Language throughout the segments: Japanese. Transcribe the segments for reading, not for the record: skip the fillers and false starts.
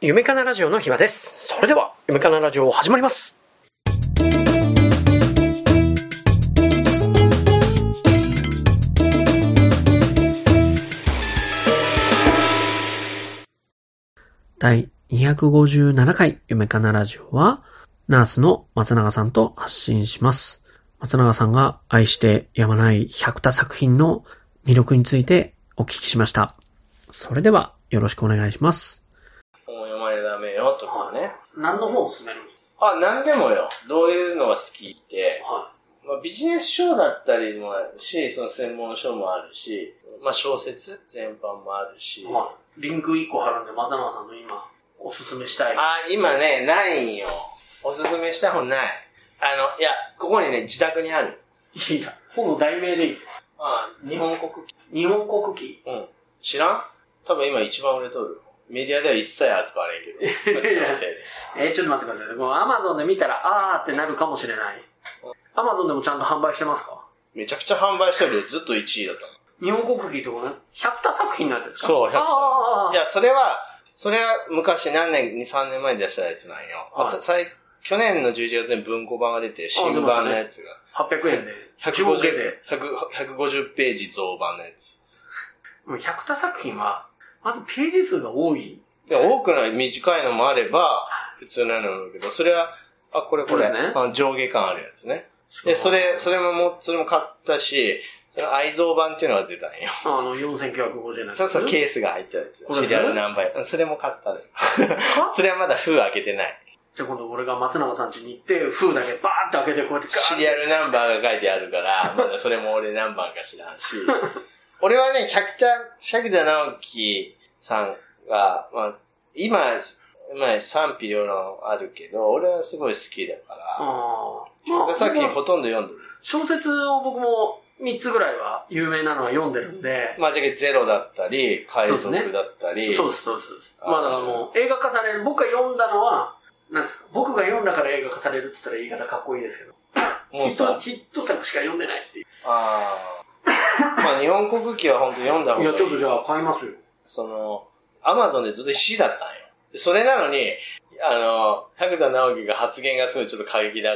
夢かなラジオの暇です。それでは夢かなラジオ始まります。第257回夢かなラジオはナースの松永さんと発信します。松永さんが愛してやまない百田作品の魅力についてお聞きしました。それではよろしくお願いします。 本を読まれダメよとかね。 何の本を勧めるんですか？ 何でもよ。どういうのが好きって、 はビジネス書だったりもあるし、その専門書もあるし、小説全般もあるし。 リンク1個貼るんで松永さんの今おすすめしたい。 今ね、ないんよ。おすすめしたい本ない。いや、ここにね、自宅にある。 いや、本の題名でいいですよ。 日本国旗。 日本国旗。 うん。知らん？多分今一番売れとる。メディアでは一切扱われんけど。 ちょっと待ってください。この Amazon で見たら、ってなるかもしれない。Amazon でもちゃんと販売してますか？ めちゃくちゃ販売してるよ。ずっと1位だったの。 日本国旗とかね、百田作品のやつですか？ そう、百田。いや、それは昔何年、2、3年前に出したやつなんよ。去年の11月に文庫版が出て、新版のやつが。 800円で。 150ページ増版のやつ。 百田作品は、まずページ数が多い。 多くない、短いのもあれば、普通のもあるけど、それは、これ、ね、上下感あるやつね。で、それも買ったし、愛蔵版っていうのが出たんよ。 4950円のやつ。 そう、ケースが入ったやつ。シリアルナンバー。それも買ったね。それはまだ封開けてない。 じゃあ今度俺が松永さん家に行って、封だけバーって開けてこうやってシリアルナンバーが書いてあるから、まだそれも俺何番か知らんし。俺はね、百田直樹さんが、今賛否両論あるけど、俺はすごい好きだから。さっきほとんど読んでる。 小説を僕も3つぐらいは有名なのは読んでるんで。 じゃけゼロだったり、海賊だったり。 そうです。だからもう映画化される、僕が読んだのは、なんですか、僕が読んだから映画化されるって言ったら言い方かっこいいですけど。ヒット作しか読んでないっていう。 日本国旗は本当読んだ方がいい。 いや、ちょっとじゃあ買いますよ。 Amazon でずっと1位だったんよ。それなのに、百田直樹が発言がすごいちょっと過激だから、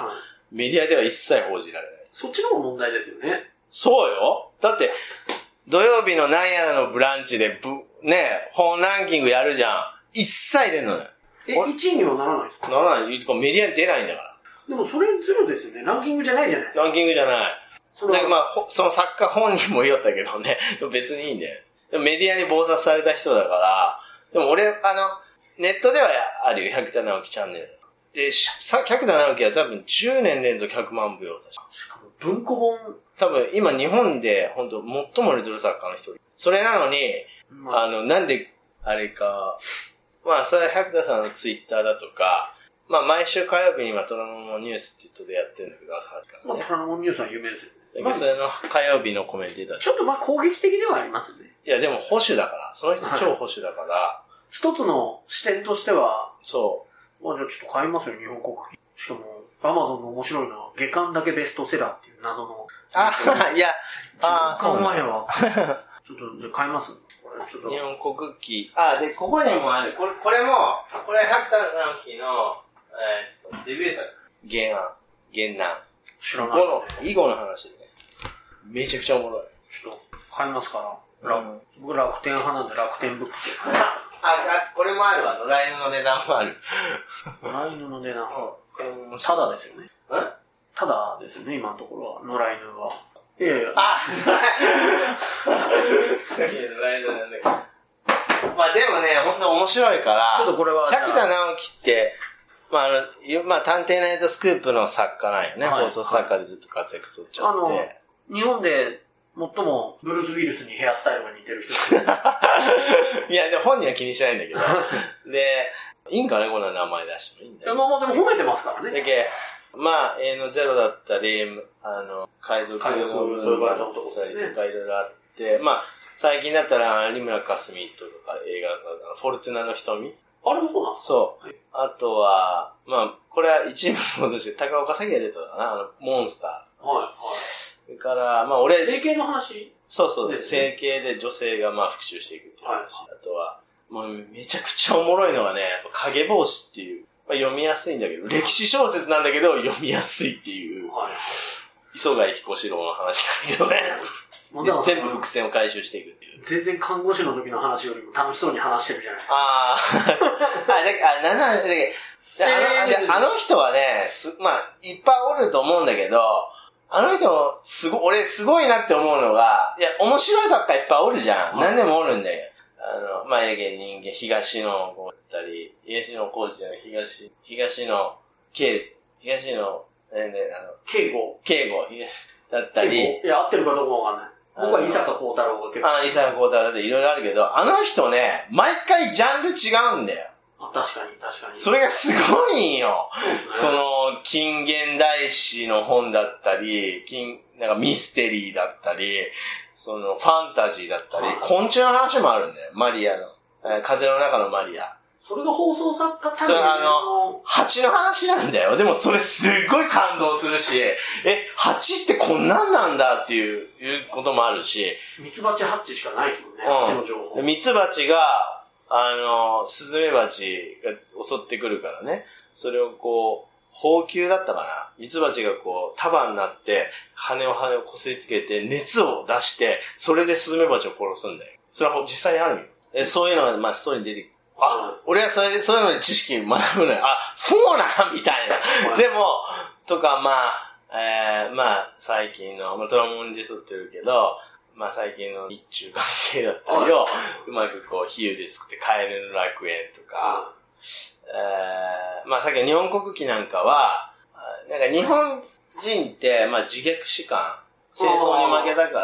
メディアでは一切報じられない。 そっちの方が問題ですよね。 そうよ。だって、土曜日のなんやらのブランチで本ランキングやるじゃん。一切出んのよ。 1位にはならないですか？ ならない。メディアに出ないんだから。 でもそれゼロですよね。ランキングじゃないじゃないですか。 ランキングじゃない。その作家本人も言おったけどね。別にいいんだよ。でもメディアに忙殺された人だから、でも俺、ネットではあるよ。百田直樹チャンネル。で、百田直樹は多分10年連続100万部よ。 しかも文庫本。 多分今日本で本当最も売れてる作家の一人。それなのに、なんで、あれか、それは百田さんのツイッターだとか、毎週火曜日に虎ノ門ニュースって言ってやってるんだけど、朝からね。 虎ノ門ニュースは有名ですよね。それの火曜日のコメンテーター。 ちょっと攻撃的ではありますよね。 いや、でも保守だから。その人超保守だから。 一つの視点としては、 そう。 じゃあちょっと買いますよ、日本国旗。しかも、Amazon の面白いのは、下巻だけベストセラーっていう謎の。 いや、 そう前は。ちょっと、じゃあ買います。 日本国旗。で、ここにもある。これ百田直樹の、デビュー作。原難。 知らないですね。 囲碁の話でね。めちゃくちゃおもろい。 ちょっと、買いますから。僕楽天派なんで楽天ブックス。 これもあるわ。野良犬の値段もある。 野良犬の値段。ただですよね。ただですよね、今のところは。野良犬は。いや。野良犬なんだけど。でもね、本当面白いから。 ちょっとこれは。 百田直樹って、探偵ナイトスクープの作家なんよね。放送作家でずっと活躍しとっちゃって。 日本で最もブルース・ウィルスにヘアスタイルが似てる人。 いや、でも本人は気にしないんだけど。で、いいんかね、こんな名前出してもいいんだよ。 でも褒めてますからね。 だけゼロだったり、海賊の部分だったりとかいろいろあって、最近だったら有村架純とか映画、フォルトゥナの瞳。 あれもそうなんですか？ そう。あとは、これは一部のことして、高岡早紀が出たかな、モンスター。 はい。 それから、俺、 整形の話？ そう。整形で女性が復讐していくっていう話。あとは、 もうめちゃくちゃおもろいのがね、やっぱ影帽子っていう、まあ、読みやすいんだけど、歴史小説なんだけど読みやすいっていう、はい、磯貝彦四郎の話なんだけどね。全部伏線を回収していくっていう。 全然看護師の時の話よりも楽しそうに話してるじゃないですか。 あの人はね、まあ、いっぱいおると思うんだけど、あの人、俺すごいなって思うのが、いや、面白い作家いっぱいおるじゃん。何でもおるんだよ。まあ、人間、東野子だったり、東野浩二じゃない、東野圭吾だったり。 いや、合ってるかどうかわかんない。僕は伊坂幸太郎が結構。 伊坂幸太郎だっていろいろあるけど、あの人ね、毎回ジャンル違うんだよ。 確かに。 それがすごいんよ。その、近現代史の本だったり、なんかミステリーだったり、その、ファンタジーだったり、昆虫の話もあるんだよ。マリアの。風の中のマリア。 それが放送作家それ蜂の話なんだよ。でもそれすっごい感動するし、蜂ってこんなんなんだっていうこともあるし。 ミツバチハッチしかないですもんね、蜂の情報。 ミツバチが、スズメバチが襲ってくるからね。それをこう、蜂球だったかな。ミツバチがこう、束になって、羽をこすりつけて、熱を出して、それでスズメバチを殺すんだよ。それは実際にあるよ。そういうのが、まあ、ストーリーに出てくる。俺はそういうので知識学ぶのよ。そうなんみたいな。でも、とか、まあ、最近の、トラモンにディスってるけど、まあ最近の日中関係だったりを、うまくこう、比喩で作ってカエルの楽園とか、まあさっきの日本国旗なんかは、なんか日本人って、まあ自虐史観、戦争に負けたから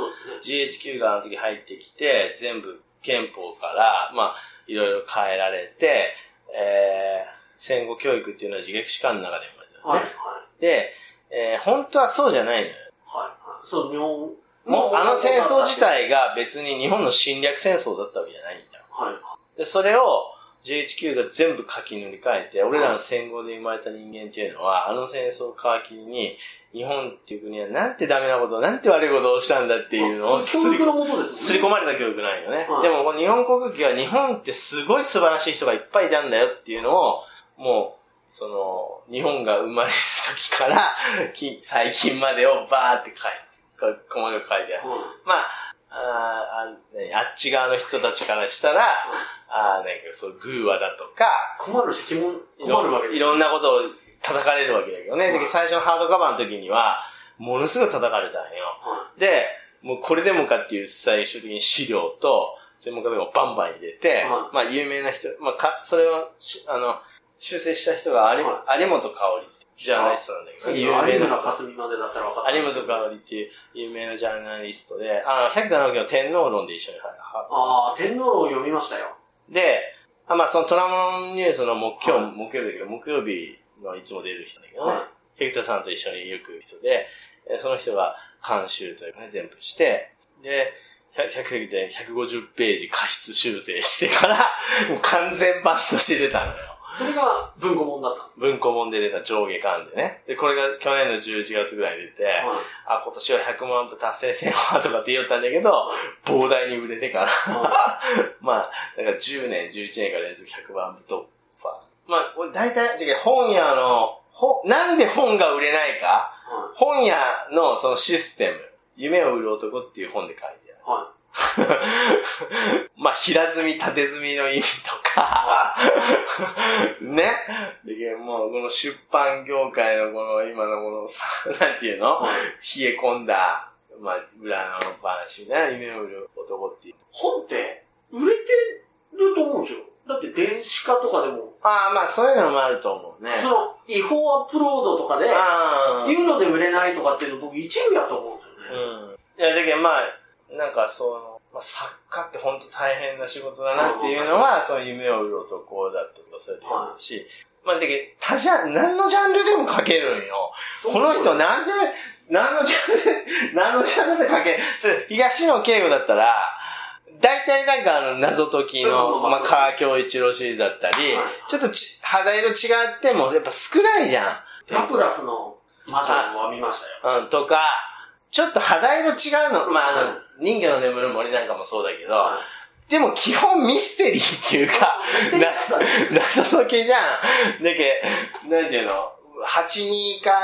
、GHQ があの時入ってきて、全部憲法から、まあいろいろ変えられて、戦後教育っていうのは自虐史観の中で生まれたよね。で、本当はそうじゃないのよ。 そう、日本、 もうあの戦争自体が別に日本の侵略戦争だったわけじゃないんだよ。で、それを GHQ が全部書き塗り替えて、俺らの戦後で生まれた人間っていうのは、あの戦争を皮切りに、日本っていう国はなんてダメなこと、なんて悪いことをしたんだっていうのを教育のもとですね。刷り込まれた教育ないよね。でもこの日本国旗は日本ってすごい素晴らしい人がいっぱいいたんだよっていうのを、もう、その、日本が生まれる時から、最近までをバーって細かく書いてある。まあ、あっち側の人たちからしたら、なんかそう偶話だとか、 困るわけです。 いろんなことを叩かれるわけだけどね。最初のハードカバーの時には、ものすごい叩かれたんよ。で、もうこれでもかっていう最終的に資料と、専門家とかをバンバン入れて、まあ有名な人、まあそれを、修正した人が有本香織ジャーナリストなんだけど、 有名な人。有本香織っていう有名なジャーナリストで、百田直樹の天皇論で一緒に天皇論を読みましたよ。 で、まあそのトラモンニュースの木曜日だけど、木曜日のいつも出る人だけどね、百田さんと一緒によく人で、その人が監修というかね、全部して、で、150ページ過失修正してから、もう完全版として出たのよ。 それが文庫本だったんです。 文庫本で出た上下巻でね。で、これが去年の11月ぐらいに出て、今年は100万部達成せんわとかって言ったんだけど、膨大に売れてから、まあ、だから10年、11年から連続100万部突破。まあ、大体、本屋の、なんで本が売れないか、本屋のそのシステム、夢を売る男っていう本で書いてある。まあ、平積み、縦積みの意味とか、ね。で、もう、この出版業界のこの、今のこのさ、なんていうの、冷え込んだ、まあ、裏の話ね、夢を売る男っていう。 本って、売れてると思うんですよ。だって電子化とかでも。 まあ、そういうのもあると思うね。 その、違法アップロードとかで、いうので売れないとかっていうの僕一部やと思うんですよね。 いや、だけどまあ、なんか作家って本当大変な仕事だなっていうのは、その夢を売る男だったとかそれで言うし、まあ、だけど、何のジャンルでも書けるんよ。この人何のジャンルで書ける。東野圭吾だったら、大体なんか謎解きの、まあ、川京一郎シリーズだったり、ちょっと肌色違ってもやっぱ少ないじゃん。 ラプラスの魔女は見ましたよ。 とか、ちょっと肌色違うの。まあ、人魚の眠る森なんかもそうだけど、 でも基本ミステリーっていうか、謎解きじゃん。だけなんていうの、82か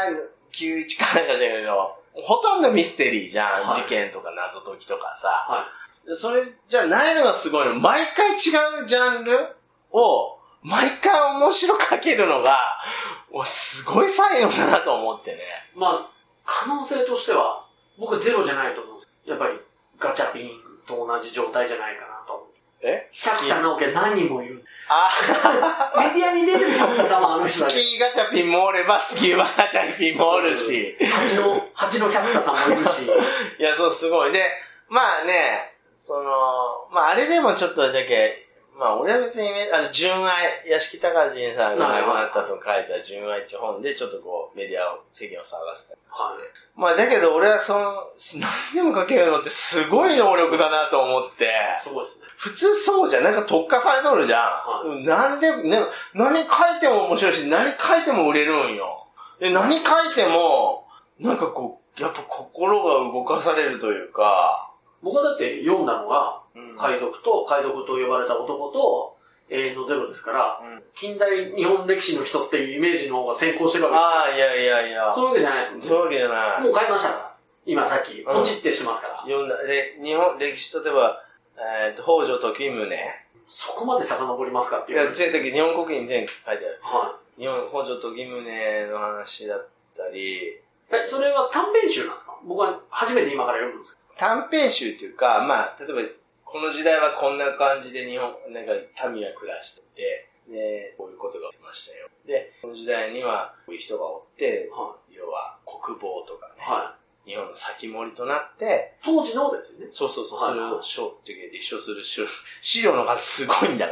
91かなんかじゃないけど、ほとんどミステリーじゃん。はい、事件とか謎解きとかさ。はい、それじゃないのがすごいの。毎回違うジャンルを、毎回面白く書けるのが、すごい才能だなと思ってね。 まあ、可能性としては、僕はゼロじゃないと思うんです。やっぱりガチャピンと同じ状態じゃないかなと思う。百田直樹は何人もいる。メディアに出てる百田さんはあの人だけ。 スキーガチャピンもおれば、スキーガチャピンもおるし。 蜂の百田さんもいるし。 いや、そう、すごい。で、まあね、まああれでもちょっとだけ、まあ俺は別に、純愛、屋敷隆人さんが亡くなったと書いた純愛って本で、ちょっとこう、メディアを、世間を騒がせたりして。はい、まあだけど俺は何でも書けるのってすごい能力だなと思って。 そうですね。 普通そうじゃん。なんか特化されとるじゃん。はい、何書いても面白いし、何書いても売れるんよ。で、何書いても、なんかこう、やっぱ心が動かされるというか。 僕はだって読んだのが、海賊と呼ばれた男と永遠のゼロですから、近代日本歴史の人っていうイメージの方が先行してるわけです。 ああ、いや。 そういうわけじゃないですもんね。 そういうわけじゃない。 もう買いましたから。今さっき、ポチってしてますから。 読んだ。で、日本歴史、例えば、北条時宗。 そこまで遡りますかっていう。 いや、全時日本国に全書いてある。 はい。 北条時宗の話だったり。 それは短編集なんですか？僕は初めて今から読むんですか？ 短編集っていうか、まあ、例えば、この時代はこんな感じでなんか民が暮らしてて、で、こういうことが起きましたよ。で、この時代にはこういう人がおって、はい、要は国防とかね、はい、日本の先盛りとなって、 当時のですよね。 そう、それを立証する資料の数すごいんだから。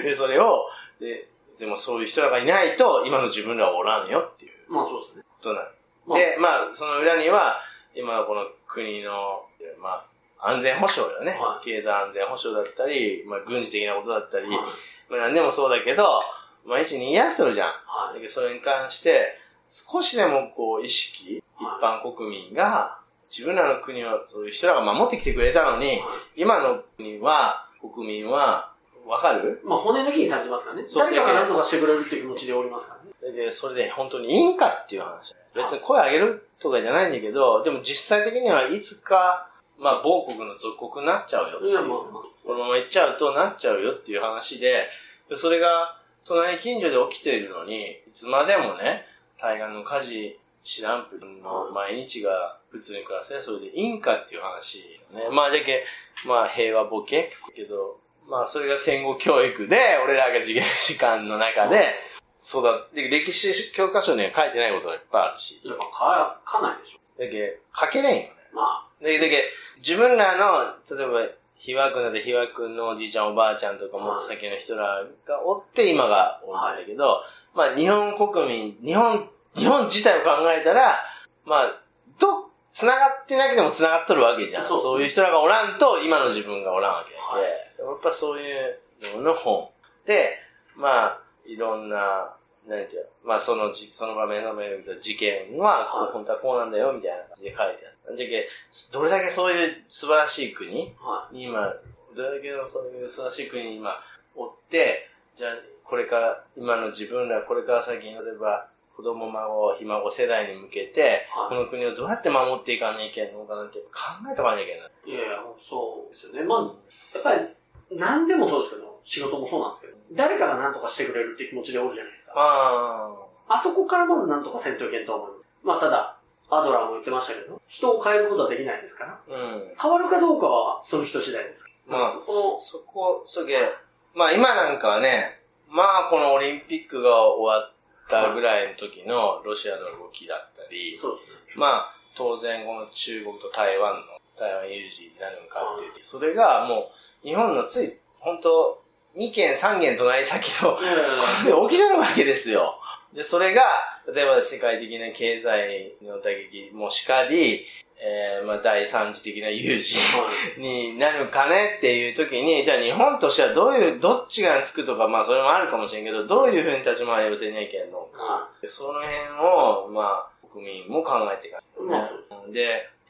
で、それを、でもそういう人らがいないと、今の自分らはおらんよっていう。 まあそうですね。 ことなの。で、まあ、その裏には、今のこの国の、まあ、安全保障よね、はい。経済安全保障だったり、まあ、軍事的なことだったり、はい、まあ、何でもそうだけど、毎日に癒してるじゃん。はい、だけどそれに関して、少しでもこう、意識、一般国民が、自分らの国を、そういう人らが守ってきてくれたのに、はい、今の国は、国民は、わかる？ まあ、骨抜きにされてますからね。誰かが何とかしてくれるっていう気持ちでおりますからね。 で、それで本当にいいんかっていう話。別に声上げるとかじゃないんだけど、でも実際的にはいつか、まあ、某国の属国になっちゃうよっていう。このまま行っちゃうとなっちゃうよっていう話で、それが隣近所で起きているのに、いつまでもね、対岸の火事、知らんぷりの毎日が普通に暮らせ、それでいいんかっていう話よね。まあ、だけ、まあ、平和ボケけど、まあ、それが戦後教育で、俺らが自衛士官の中で、歴史教科書には書いてないことがいっぱいあるし。 やっぱ書かないでしょ。 だけ書けれんよね。 まあ。 だけ自分らの、例えば、ひわくんだってひわくんのおじいちゃんおばあちゃんとかもっと先の人らがおって今がおるんだけど、はい、まあ日本国民、日本自体を考えたら、まあ、繋がってなくても繋がっとるわけじゃん。そういう人らがおらんと今の自分がおらんわけで、はい、やっぱそういうのの本で、まあ、いろんな、なんていうまあその場面の事件は、本当はこうなんだよ、みたいな感じで書いてある。じゃけ、どれだけそういう素晴らしい国に今、どれだけのそういう素晴らしい国に今、おって、じゃあ、これから、今の自分ら、これから先に、例えば、子供、孫、ひ孫世代に向けて、この国をどうやって守っていかなきゃいけないのかなって考えておかなきゃいけない。 いやいや、そうですよね。まあ、やっぱり、何でもそうですけど、仕事もそうなんですけど、誰かが何とかしてくれるって気持ちでおるじゃないですか。あそこからまず何とかせんといけんと思います。まあただ、アドラーも言ってましたけど、人を変えることはできないですから、変わるかどうかはその人次第ですから。 まあ、まあ今なんかはね、まあこのオリンピックが終わったぐらいの時のロシアの動きだったり、そうですね、まあ当然この中国と台湾有事になるのかっていう、それがもう日本のつい、本当2軒3軒隣先の起きてるわけですよ。で、それが、例えば世界的な経済の打撃もしかり、まあ第三次的な有事になるかねっていう時に、じゃあ日本としてはどっちがつくとか、まあそれもあるかもしれんけど、どういうふうに立ち回りをせなきゃいけんのか。その辺を、まあ国民も考えていかないとね。で、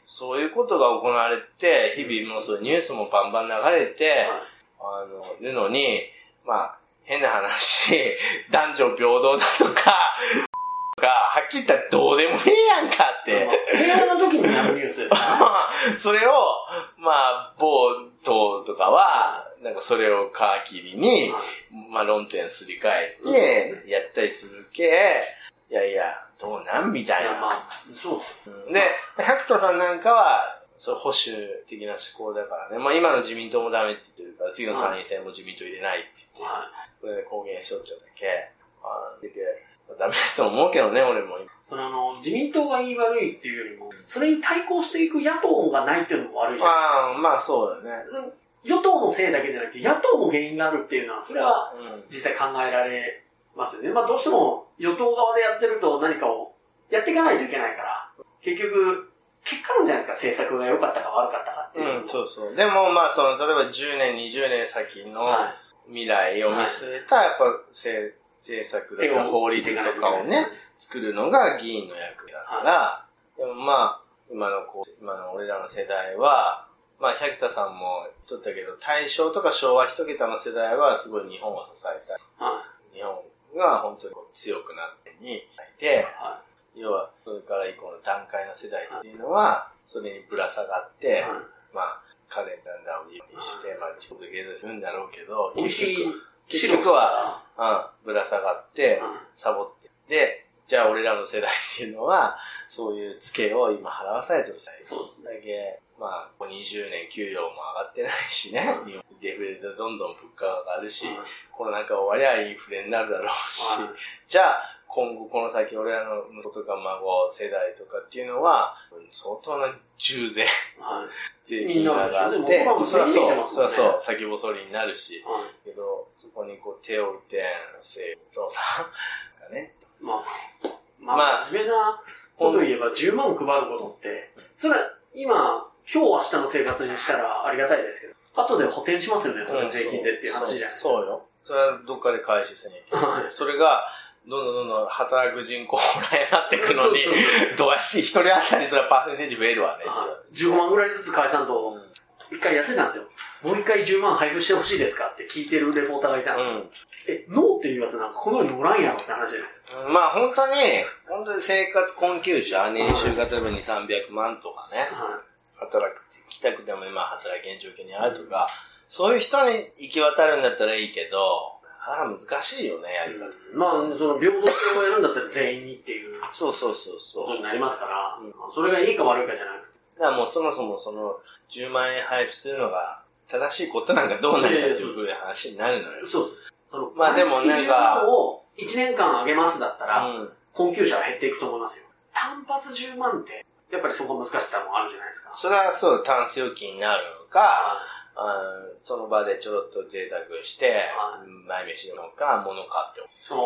そういうことが行われて、日々もうそういうニュースもバンバン流れて、るのに、まあ、変な話、男女平等だとか、はっきり言ったらどうでもいいやんかって。 平和の時にやるニュースですかそれを、まあ、某党とかは、なんかそれを皮切りに、まあ論点すり替えて、やったりするけ、いやいや、どうなんみたいな。 まあ、そうです。 で、百田さんなんかは、そう保守的な思考だからね。まあ今の自民党もダメって言ってるから、次の参院選も自民党入れないって言って、これで公言しとっちゃうだけ。ダメだと思うけどね、俺も。 自民党が言い悪いっていうよりも、それに対抗していく野党がないっていうのも悪いじゃないですか。 まあそうだね。 与党のせいだけじゃなくて、野党も原因があるっていうのは、それは実際考えられますよね。まあどうしても与党側でやってると何かをやっていかないといけないから、結局、結果論じゃないですか、政策が良かったか悪かったかっていう。 そうそう。でもまあ例えば10年、20年先の未来を見据えた、やっぱ政策だとか法律とかをね、作るのが議員の役だから、でもまあ、今の俺らの世代は、まあ、百田さんも言っとったけど、大正とか昭和一桁の世代はすごい日本を支えたい。日本が本当に強くなってにいて、要は、それから以降の段階の世代っていうのは、それにぶら下がって、まあ、カレンダーを利用して、まあ、自分で経済するんだろうけど、結局は、ぶら下がって、サボって。で、じゃあ俺らの世代っていうのは、そういうツケを今払わされてる世代。 そうですね。 だけ、まあ、ここ20年給料も上がってないしね。デフレでどんどん物価が上がるし、コロナ禍終わりゃインフレになるだろうし、じゃあ、今後この先俺らの息子とか孫世代とかっていうのは、相当な重税、税金が上がって、そりゃそう、先細りになるし、けど、そこにこう手を打って政府とさ、がね。まあ、 真面目なことを言えば10万配ることって、それは今日明日の生活にしたらありがたいですけど、後で補填しますよね、それ税金でっていう話じゃないですか。 そうよ。それはどっかで回収せなきゃいけない。それが、どんどん働く人口がなっていくのに、どうやって一人当たりそれはパーセンテージ増えるわね。 15万ぐらいずつ解散と、一回やってたんですよ。もう一回10万配布してほしいですかって聞いてるレポーターがいたんですよ。ノーっていうやつなんかこの世におらんやろって話じゃないですか。 まあ本当に生活困窮者、年収が例えば2、300万とかね、働きたくても今働けん状況にあるとか、そういう人に行き渡るんだったらいいけど、難しいよね、やり方。 まあ、その平等性をやるんだったら全員にっていう。 そう。 ことになりますから、それがいいか悪いかじゃなくて。 だからもうそもそもその10万円配布するのが正しいことなんかどうなるかっていう風な話になるのよ。 そう。 まあでもなんか。 10万を1年間上げますだったら、困窮者は減っていくと思いますよ。単発10万って、やっぱりそこ難しさもあるじゃないですか。 それはそう、タンス預金になるのか、その場でちょろっと贅沢して、前飯のか、物買って。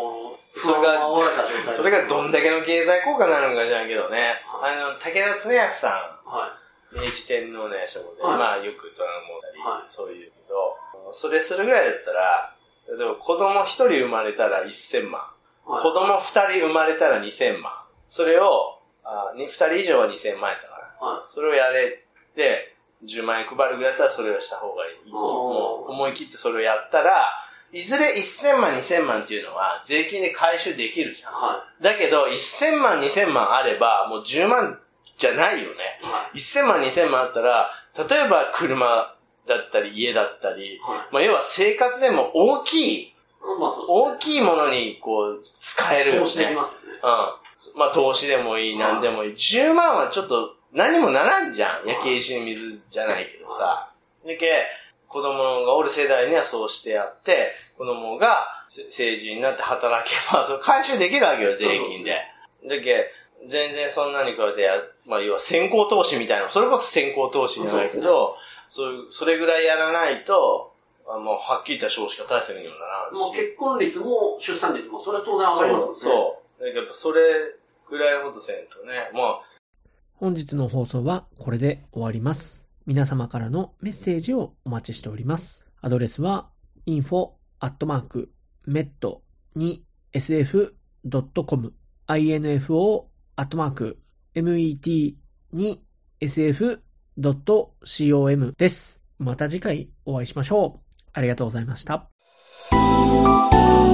それがどんだけの経済効果になるのかじゃないけどね。武田恒康さん、明治天皇の夜食で、まあよく虎ノ門たり、そういうけど、それするぐらいだったら、例えば子供1人生まれたら1000万。子供2人生まれたら2000万。それを、2人以上は2000万円だから。それをやれて、10万円配るぐらいだったらそれをした方がいい。もう思い切ってそれをやったら、いずれ1000万、2000万っていうのは税金で回収できるじゃん。だけど、1000万、2000万あれば、もう10万じゃないよね。1000万、2000万あったら、例えば車だったり家だったり、まあ要は生活でも大きいものにこう使えるよね。 投資できますよね。 まあ投資でもいい、何でもいい。10万はちょっと何もならんじゃん。焼け石に水じゃないけどさ。だけ子供がおる世代にはそうしてやって、子供が成人になって働けば、それ回収できるわけよ、税金で。だけ全然そんなに比べて、まあ要は先行投資みたいな、それこそ先行投資じゃないけど、それぐらいやらないと、もうはっきり言った少子化対策にもならんし。 もう結婚率も出産率も、それは当然上がりますもんね。 そう。だけどやっぱそれぐらいのことせんとね、もう、 本日の放送はこれで終わります。皆様からのメッセージをお待ちしております。アドレスは info@met2sf.com info@met2sf.com sf.com です。また次回お会いしましょう。ありがとうございました。